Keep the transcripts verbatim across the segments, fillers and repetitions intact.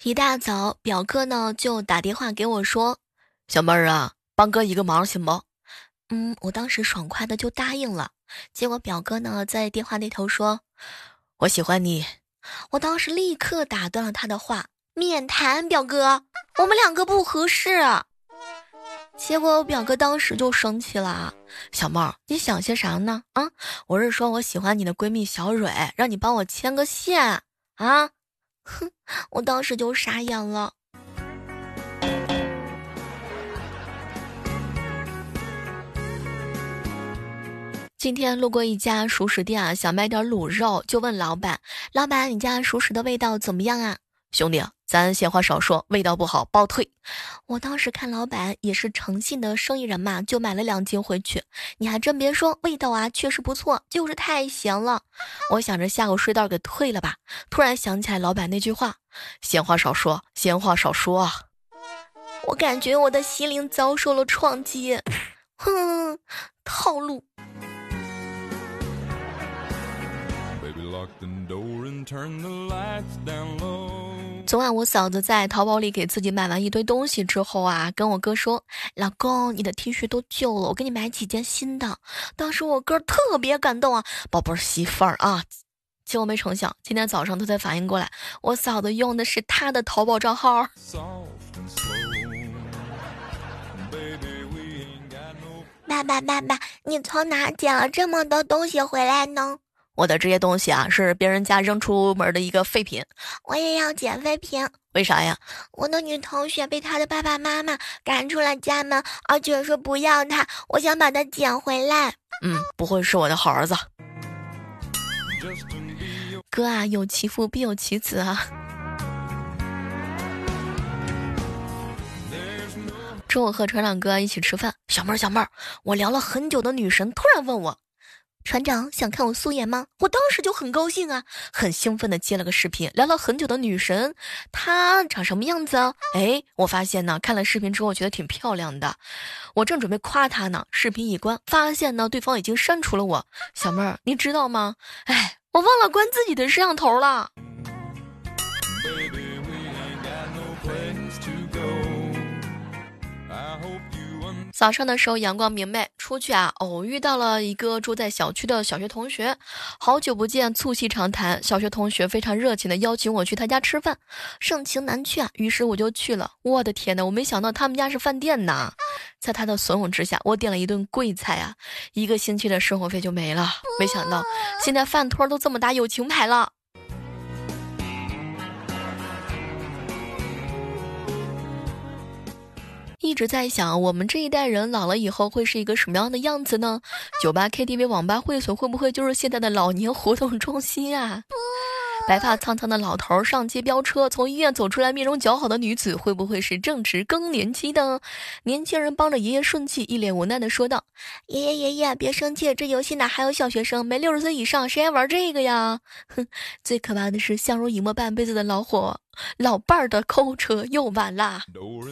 一大早，表哥呢就打电话给我说：小妹儿啊，帮哥一个忙行不？嗯，我当时爽快的就答应了。结果表哥呢在电话那头说：我喜欢你。我当时立刻打断了他的话：免谈，表哥，我们两个不合适。结果我表哥当时就生气了：小妹儿，你想些啥呢？啊，我是说我喜欢你的闺蜜小蕊，让你帮我牵个线啊。哼，我当时就傻眼了。今天路过一家熟食店啊，想买点卤肉，就问老板：老板，你家熟食的味道怎么样啊？兄弟，咱闲话少说，味道不好包退。我当时看老板也是诚信的生意人嘛，就买了两斤回去。你还真别说，味道啊确实不错，就是太咸了。我想着下午睡袋给退了吧，突然想起来老板那句话：闲话少说，闲话少说啊。我感觉我的心灵遭受了创击。哼，套路。昨晚我嫂子在淘宝里给自己买完一堆东西之后啊，跟我哥说：老公，你的 T 恤都旧了，我给你买几件新的。当时我哥特别感动啊，宝贝儿媳妇儿啊。结果没成想，今天早上他才反应过来，我嫂子用的是他的淘宝账号。爸爸爸爸，你从哪捡了这么多东西回来呢？我的这些东西啊，是别人家扔出门的一个废品。我也要捡废品。为啥呀？我的女同学被她的爸爸妈妈赶出了家门，而且说不要她，我想把她捡回来。嗯，不会是我的好儿子。哥啊，有其父必有其子啊。中午和船长哥一起吃饭，小妹儿小妹儿，我聊了很久的女神突然问我：船长想看我素颜吗？我当时就很高兴啊，很兴奋的接了个视频，聊了很久的女神，她长什么样子啊？哎，我发现呢，看了视频之后我觉得挺漂亮的，我正准备夸她呢，视频一关，发现呢对方已经删除了我。小妹儿，你知道吗？哎，我忘了关自己的摄像头了。早上的时候阳光明媚，出去啊偶遇到了一个住在小区的小学同学，好久不见，促膝长谈。小学同学非常热情的邀请我去他家吃饭，盛情难却啊，于是我就去了。我的天哪，我没想到他们家是饭店呐！在他的怂恿之下，我点了一顿贵菜啊，一个星期的生活费就没了。没想到现在饭托都这么大友情牌了。一直在想，我们这一代人老了以后会是一个什么样的样子呢？酒吧、K T V、网吧、会所会不会就是现在的老年活动中心啊？白发苍苍的老头上街飙车，从医院走出来面容姣好的女子会不会是正值更年期的？年轻人帮着爷爷顺气，一脸无奈地说道：爷爷爷爷别生气，这游戏哪还有小学生，没六十岁以上谁还玩这个呀？哼，最可怕的是相濡以沫半辈子的老伙老伴儿的购物车又晚啦。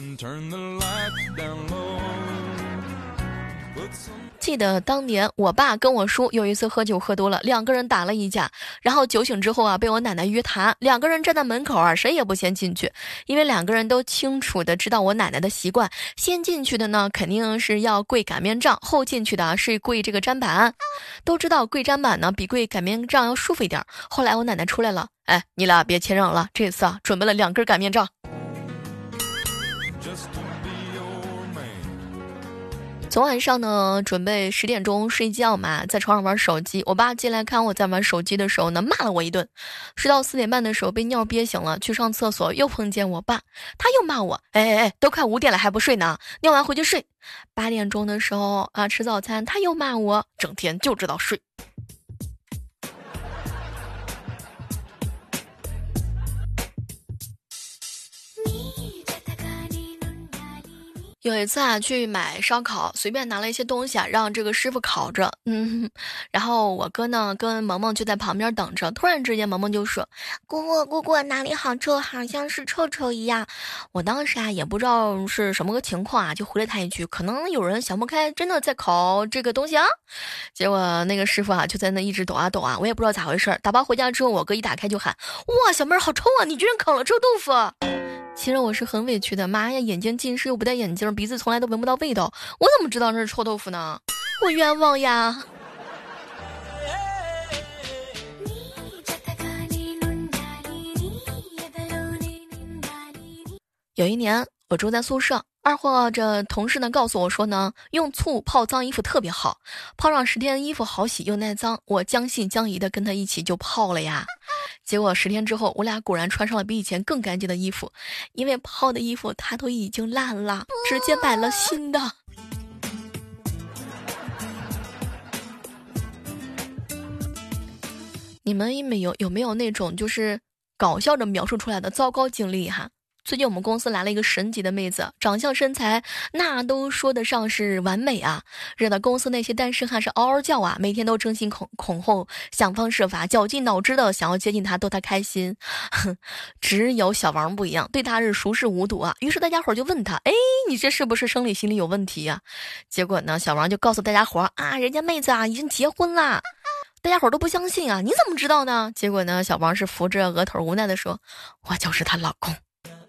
记得当年我爸跟我叔有一次喝酒喝多了，两个人打了一架，然后酒醒之后啊被我奶奶约谈，两个人站在门口啊谁也不先进去，因为两个人都清楚的知道我奶奶的习惯，先进去的呢肯定是要跪擀面杖，后进去的是跪这个砧板，都知道跪砧板呢比跪擀面杖要舒服一点。后来我奶奶出来了，哎，你俩别谦让了，这次啊准备了两根擀面杖。昨晚上呢，准备十点钟睡觉嘛，在床上玩手机。我爸进来看我在玩手机的时候呢，骂了我一顿。睡到四点半的时候被尿憋醒了，去上厕所又碰见我爸，他又骂我，哎哎哎，都快五点了还不睡呢，尿完回去睡。八点钟的时候啊，吃早餐，他又骂我，整天就知道睡。有一次啊，去买烧烤，随便拿了一些东西啊，让这个师傅烤着。嗯，然后我哥呢跟萌萌就在旁边等着。突然之间，萌萌就说：“姑姑，姑姑，哪里好臭，好像是臭臭一样。”我当时啊也不知道是什么个情况啊，就回了他一句：“可能有人想不开，真的在烤这个东西啊。”结果那个师傅啊就在那一直抖啊抖啊，我也不知道咋回事。打包回家之后，我哥一打开就喊：“哇，小妹儿好臭啊！你居然烤了臭豆腐！” 其实我是很委屈的，妈呀，眼睛近视又不戴眼镜，鼻子从来都闻不到味道，我怎么知道那是臭豆腐呢？我冤枉呀！有一年我住在宿舍，二货这同事呢告诉我说呢，用醋泡脏衣服特别好，泡上十天衣服好洗又耐脏。我将信将疑的跟他一起就泡了呀。结果十天之后，我俩果然穿上了比以前更干净的衣服，因为泡的衣服它都已经烂了，直接买了新的。你们没有有没有那种就是搞笑着描述出来的糟糕经历哈？最近我们公司来了一个神级的妹子，长相身材那都说得上是完美啊，惹得公司那些单身汉是嗷嗷叫啊，每天都争先恐恐后，想方设法，绞尽脑汁的想要接近她，逗她开心。哼，只有小王不一样，对她是熟视无睹啊。于是大家伙就问他，哎，你这是不是生理心理有问题呀、啊？结果呢，小王就告诉大家伙啊，人家妹子啊已经结婚啦。大家伙都不相信啊，你怎么知道呢？结果呢，小王是扶着额头无奈的说，我就是她老公。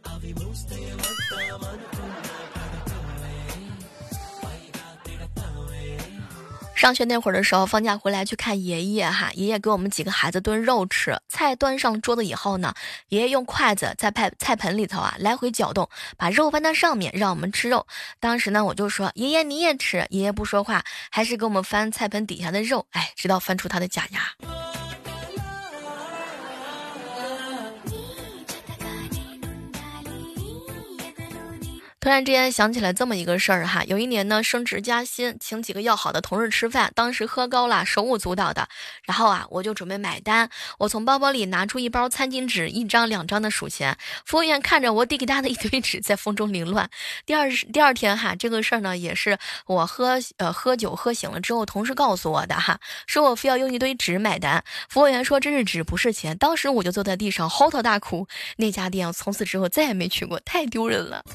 上学那会儿的时候，放假回来去看爷爷哈，爷爷给我们几个孩子炖肉吃，菜端上桌子以后呢，爷爷用筷子在菜菜盆里头啊来回搅动，把肉翻到上面，让我们吃肉。当时呢，我就说爷爷你也吃，爷爷不说话，还是给我们翻菜盆底下的肉，哎，直到翻出他的假牙。突然之间想起来这么一个事儿哈，有一年呢升职加薪，请几个要好的同事吃饭，当时喝高了，手舞足蹈的，然后啊我就准备买单，我从包包里拿出一包餐巾纸，一张两张的数钱，服务员看着我递给他的一堆纸在风中凌乱。第二第二天哈，这个事儿呢也是我喝呃喝酒喝醒了之后同事告诉我的哈，说我非要用一堆纸买单，服务员说这是纸不是钱，当时我就坐在地上嚎啕大哭，那家店从此之后再也没去过，太丢人了。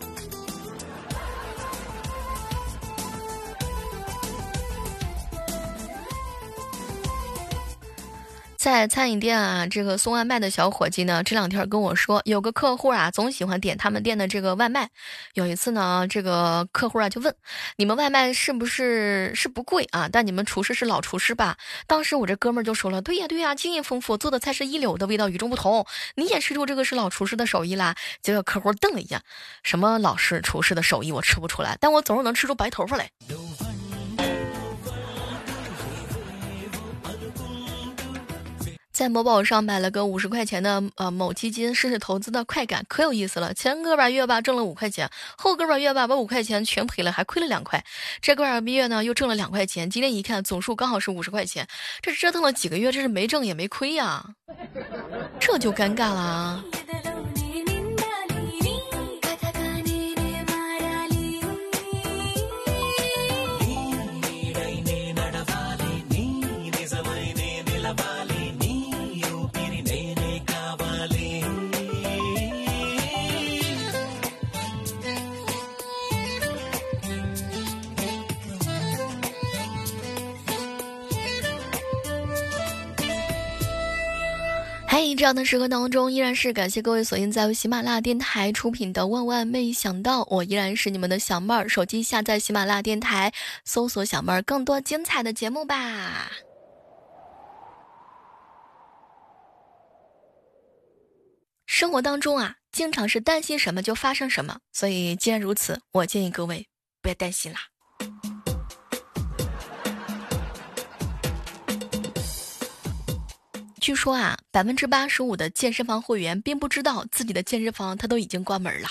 在餐饮店啊，这个送外卖的小伙计呢，这两天跟我说，有个客户啊，总喜欢点他们店的这个外卖。有一次呢，这个客户啊就问，你们外卖是不是是不贵啊？但你们厨师是老厨师吧？当时我这哥们儿就说了，对呀对呀，经验丰富，做的菜是一流的，味道与众不同。你也吃出这个是老厨师的手艺啦？结果客户瞪了一眼，什么老师厨师的手艺我吃不出来，但我总是能吃出白头发来。在某宝上买了个五十块钱的呃某基金，试试投资的快感，可有意思了。前个把月吧挣了五块钱，后个把月吧把五块钱全赔了，还亏了两块。这个把月呢又挣了两块钱，今天一看总数刚好是五十块钱，这折腾了几个月，这是没挣也没亏呀、啊，这就尴尬啦。嗨，这样的时刻当中，依然是感谢各位锁定在喜马拉雅电台出品的《万万没想到》，我依然是你们的小妹儿。手机下载喜马拉雅电台，搜索小妹儿，更多精彩的节目吧。生活当中啊，经常是担心什么就发生什么，所以既然如此，我建议各位不要担心啦。据说啊，百分之八十五的健身房会员并不知道自己的健身房它都已经关门了。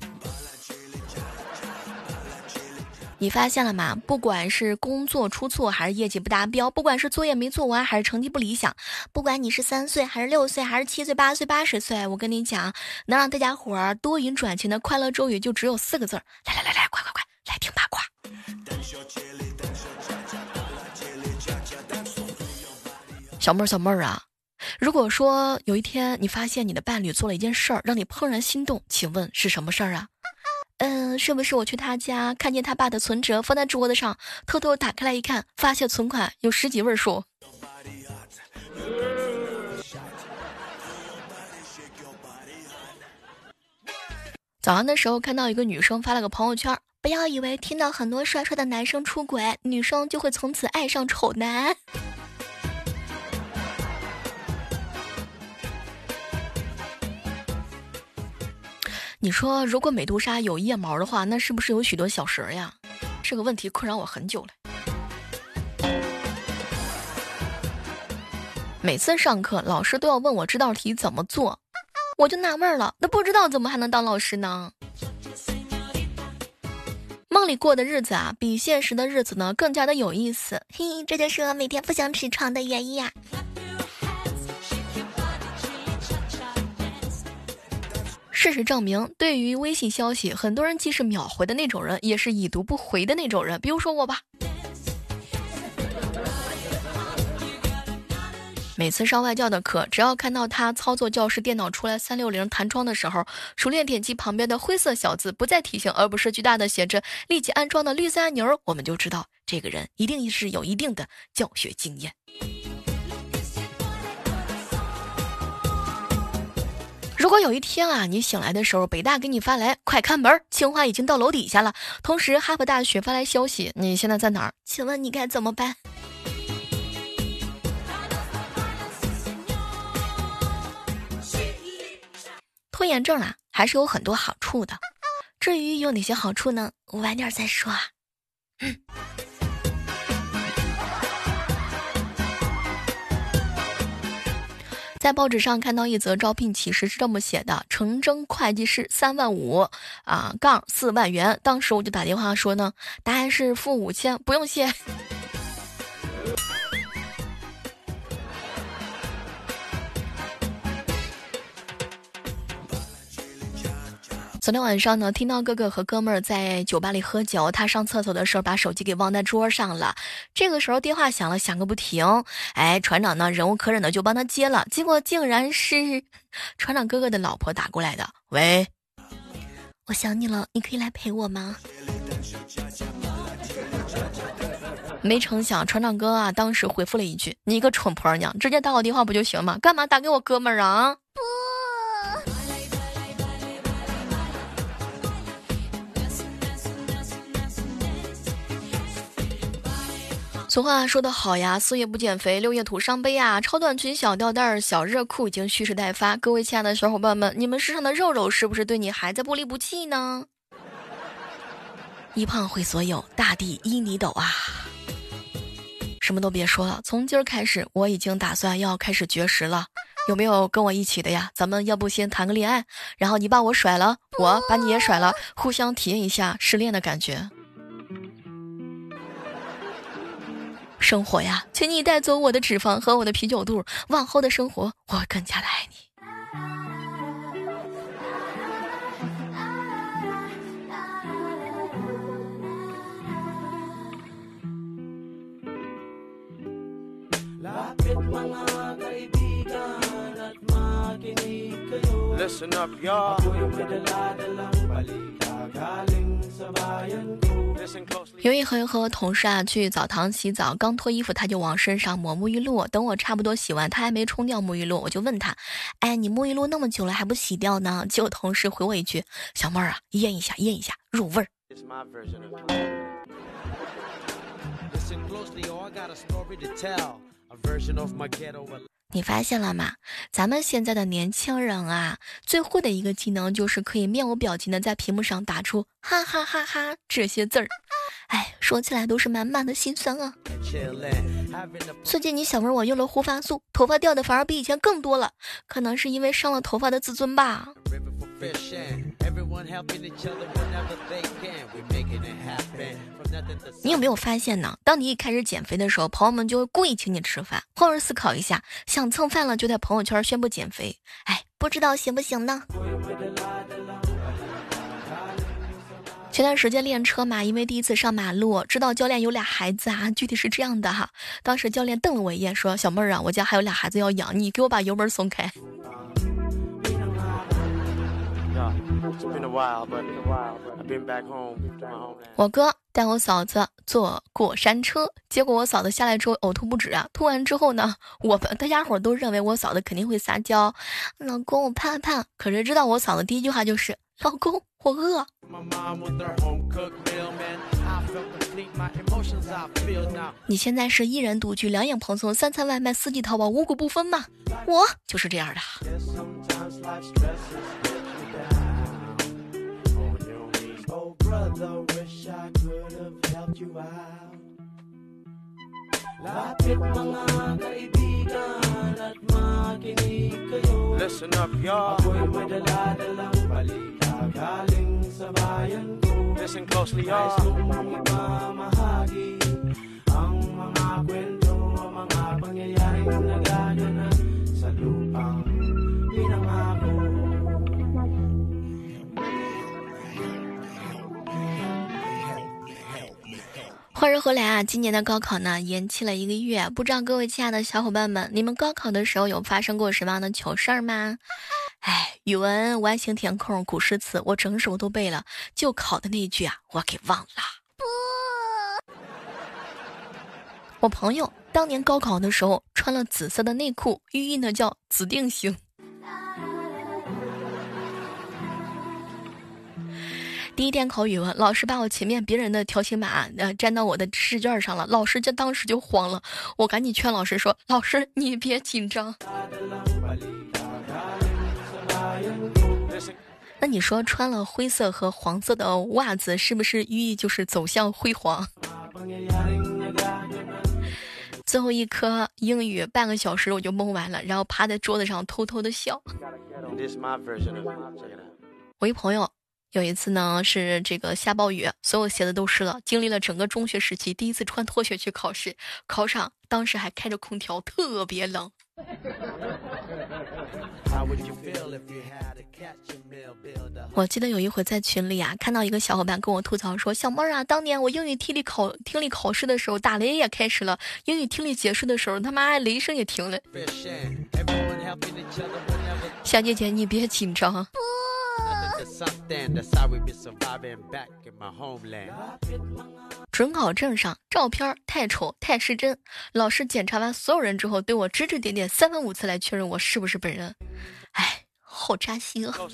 你发现了吗？不管是工作出错还是业绩不达标，不管是作业没做完还是成绩不理想，不管你是三岁还是六岁还是七岁八岁八十岁，我跟你讲，能让大家伙儿多云转晴的快乐咒语就只有四个字儿。来来来来，快快快，来听八卦。小妹儿小妹儿啊，如果说有一天你发现你的伴侣做了一件事儿让你怦然心动，请问是什么事儿啊？嗯，是不是我去他家看见他爸的存折放在桌子上，偷偷打开来一看，发现存款有十几位数？ 早上的时候看到一个女生发了个朋友圈，不要以为听到很多帅帅的男生出轨，女生就会从此爱上丑男。你说如果美杜莎有腋毛的话，那是不是有许多小蛇呀？这个问题困扰我很久了。每次上课老师都要问我这道题怎么做，我就纳闷了，那不知道怎么还能当老师呢？梦里过的日子啊，比现实的日子呢更加的有意思。嘿，这就是我每天不想起床的原因啊。事实证明，对于微信消息，很多人既是秒回的那种人，也是已读不回的那种人。比如说我吧。每次上外教的课，只要看到他操作教室电脑出来三六零弹窗的时候，熟练点击旁边的灰色小字不再提醒，而不是巨大的写着立即安装的绿色按钮，我们就知道这个人一定是有一定的教学经验。如果有一天啊，你醒来的时候，北大给你发来快开门，清华已经到楼底下了，同时哈佛大学发来消息，你现在在哪儿？请问你该怎么办？拖延症啊，还是有很多好处的。至于有哪些好处呢？我晚点再说啊。嗯。在报纸上看到一则招聘启事，是这么写的：诚征会计师三万五啊，杠四万元。当时我就打电话说呢，答案是付五千，不用谢。昨天晚上呢，听到哥哥和哥们儿在酒吧里喝酒，他上厕所的时候把手机给忘在桌上了。这个时候电话响了，响个不停。哎，船长呢忍无可忍的就帮他接了，结果竟然是船长哥哥的老婆打过来的。喂，我想你了，你可以来陪我吗？没成想船长哥啊，当时回复了一句：你一个蠢婆娘，直接打我电话不就行吗？干嘛打给我哥们儿啊？不。俗话说得好呀，四月不减肥，六月土伤悲啊！超短裙、小吊带、小热裤已经蓄势待发。各位亲爱的小伙伴们，你们身上的肉肉是不是对你还在不离不弃呢？一胖会所有，大地依你抖啊！什么都别说了，从今儿开始，我已经打算要开始绝食了。有没有跟我一起的呀？咱们要不先谈个恋爱，然后你把我甩了，我把你也甩了，互相体验一下失恋的感觉。生活呀，请你带走我的脂肪和我的啤酒肚，往后的生活我会更加的爱你。Listen up, y'all. 有一回和同事啊去澡堂洗澡，刚脱衣服他就往身上抹沐浴露，等我差不多洗完，他还没冲掉沐浴露，我就问他，哎，你沐浴露那么久了还不洗掉呢？结果同事回我一句，小妹儿啊，腌一下腌一下入味儿。你发现了吗？咱们现在的年轻人啊，最会的一个技能就是可以面无表情的在屏幕上打出哈哈哈哈这些字儿。哎，说起来都是满满的心酸啊。最近你小妹我用了护发素，头发掉的反而比以前更多了，可能是因为伤了头发的自尊吧。你有没有发现呢？当你一开始减肥的时候，朋友们就会故意请你吃饭。换而思考一下，想蹭饭了就在朋友圈宣布减肥，哎，不知道行不行呢？前段时间练车嘛，因为第一次上马路，知道教练有俩孩子啊，具体是这样的哈。当时教练瞪了我一眼，说：“小妹儿啊，我家还有俩孩子要养，你给我把油门松开。”我哥带我嫂子坐过山车，结果我嫂子下来之后呕吐不止啊！吐完之后呢，我们大家伙都认为我嫂子肯定会撒娇，老公我怕怕。可是知道我嫂子第一句话就是老公，我饿。你现在是一人独居，两眼蓬松，三餐外卖，四季淘宝，五谷不分吗？我就是这样的。 Listen up, y'all. Listen closely, y'all. Ang mga kwento, mga pangyayaring nagaganap sa lupang pinangako. 话说回来啊，今年的高考呢延期了一个月，不知道各位亲爱的小伙伴们，你们高考的时候有发生过什么样的糗事儿吗？哎，语文完形填空古诗词我整首都背了，就考的那一句啊我给忘了。我朋友当年高考的时候穿了紫色的内裤，寓意呢叫紫定型。第一天考语文，老师把我前面别人的条形码呃粘到我的试卷上了，老师就当时就慌了，我赶紧劝老师说，老师你别紧张。那你说穿了灰色和黄色的袜子是不是寓意就是走向辉煌？最后一科英语半个小时我就蒙完了，然后趴在桌子上偷偷的笑。我一朋友有一次呢是这个下暴雨，所有鞋子都湿了，经历了整个中学时期第一次穿拖鞋去考试，考场当时还开着空调，特别冷。我记得有一回在群里啊，看到一个小伙伴跟我吐槽说，小妹儿啊，当年我英语听力考听力考试的时候，打雷也开始了，英语听力结束的时候，他妈雷声也停了。小姐姐你别紧张。准考证上照片太丑太失真，老师检查完所有人之后对我指指点点三番五次来确认我是不是本人。哎，好扎心啊。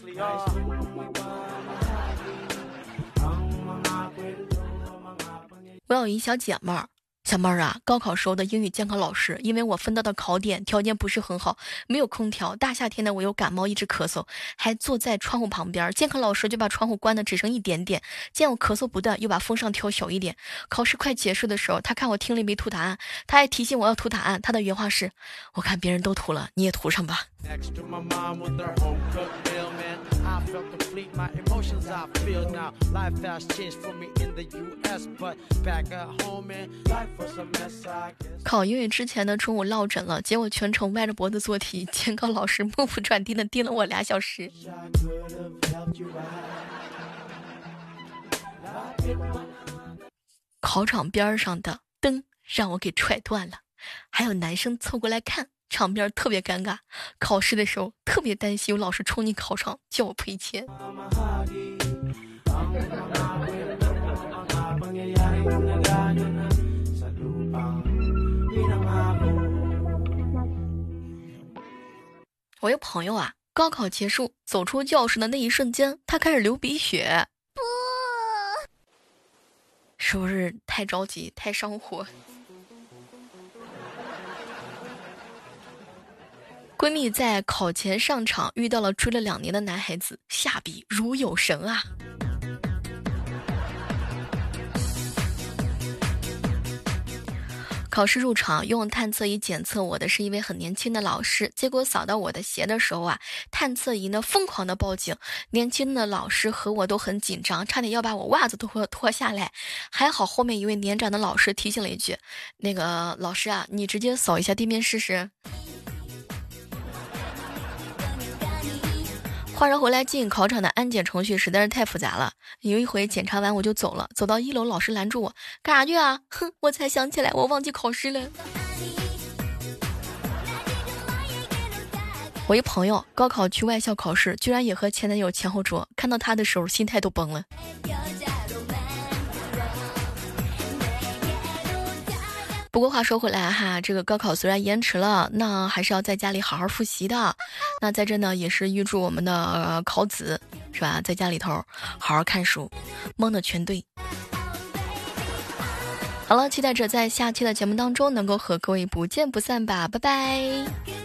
我有一小姐妹儿，小妹儿啊，高考时候的英语监考老师，因为我分到的考点条件不是很好，没有空调，大夏天的我又感冒一直咳嗽，还坐在窗户旁边，监考老师就把窗户关的只剩一点点，见我咳嗽不断，又把风扇调小一点。考试快结束的时候，他看我听力没涂答案，他还提醒我要涂答案，他的原话是，我看别人都涂了，你也涂上吧。考英语之前的中午落枕了，结果全程歪着脖子做题，监考老师目不转睛的盯了我俩小时。考场边上的灯让我给踹断了，还有男生凑过来看，场面特别尴尬。考试的时候特别担心有老师冲进考场叫我赔钱。我有朋友啊，高考结束走出教室的那一瞬间，他开始流鼻血。是不是太着急太上火？闺蜜在考前上场遇到了追了两年的男孩子，下笔如有神啊。考试入场用探测仪检测我的是一位很年轻的老师，结果扫到我的鞋的时候啊，探测仪呢疯狂的报警，年轻的老师和我都很紧张，差点要把我袜子脱脱下来。还好后面一位年长的老师提醒了一句，那个老师啊，你直接扫一下地面试试。话说回来，进考场的安检程序实在是太复杂了。有一回检查完我就走了，走到一楼，老师拦住我，干啥去啊？哼，我才想起来我忘记考试了。我一朋友高考去外校考试，居然也和前男友前后桌，看到他的时候心态都崩了。 不过话说回来哈，这个高考虽然延迟了，那还是要在家里好好复习的。那在这呢，也是预祝我们的、呃、考子是吧，在家里头好好看书，蒙的全对。好了，期待着在下期的节目当中能够和各位不见不散吧，拜拜。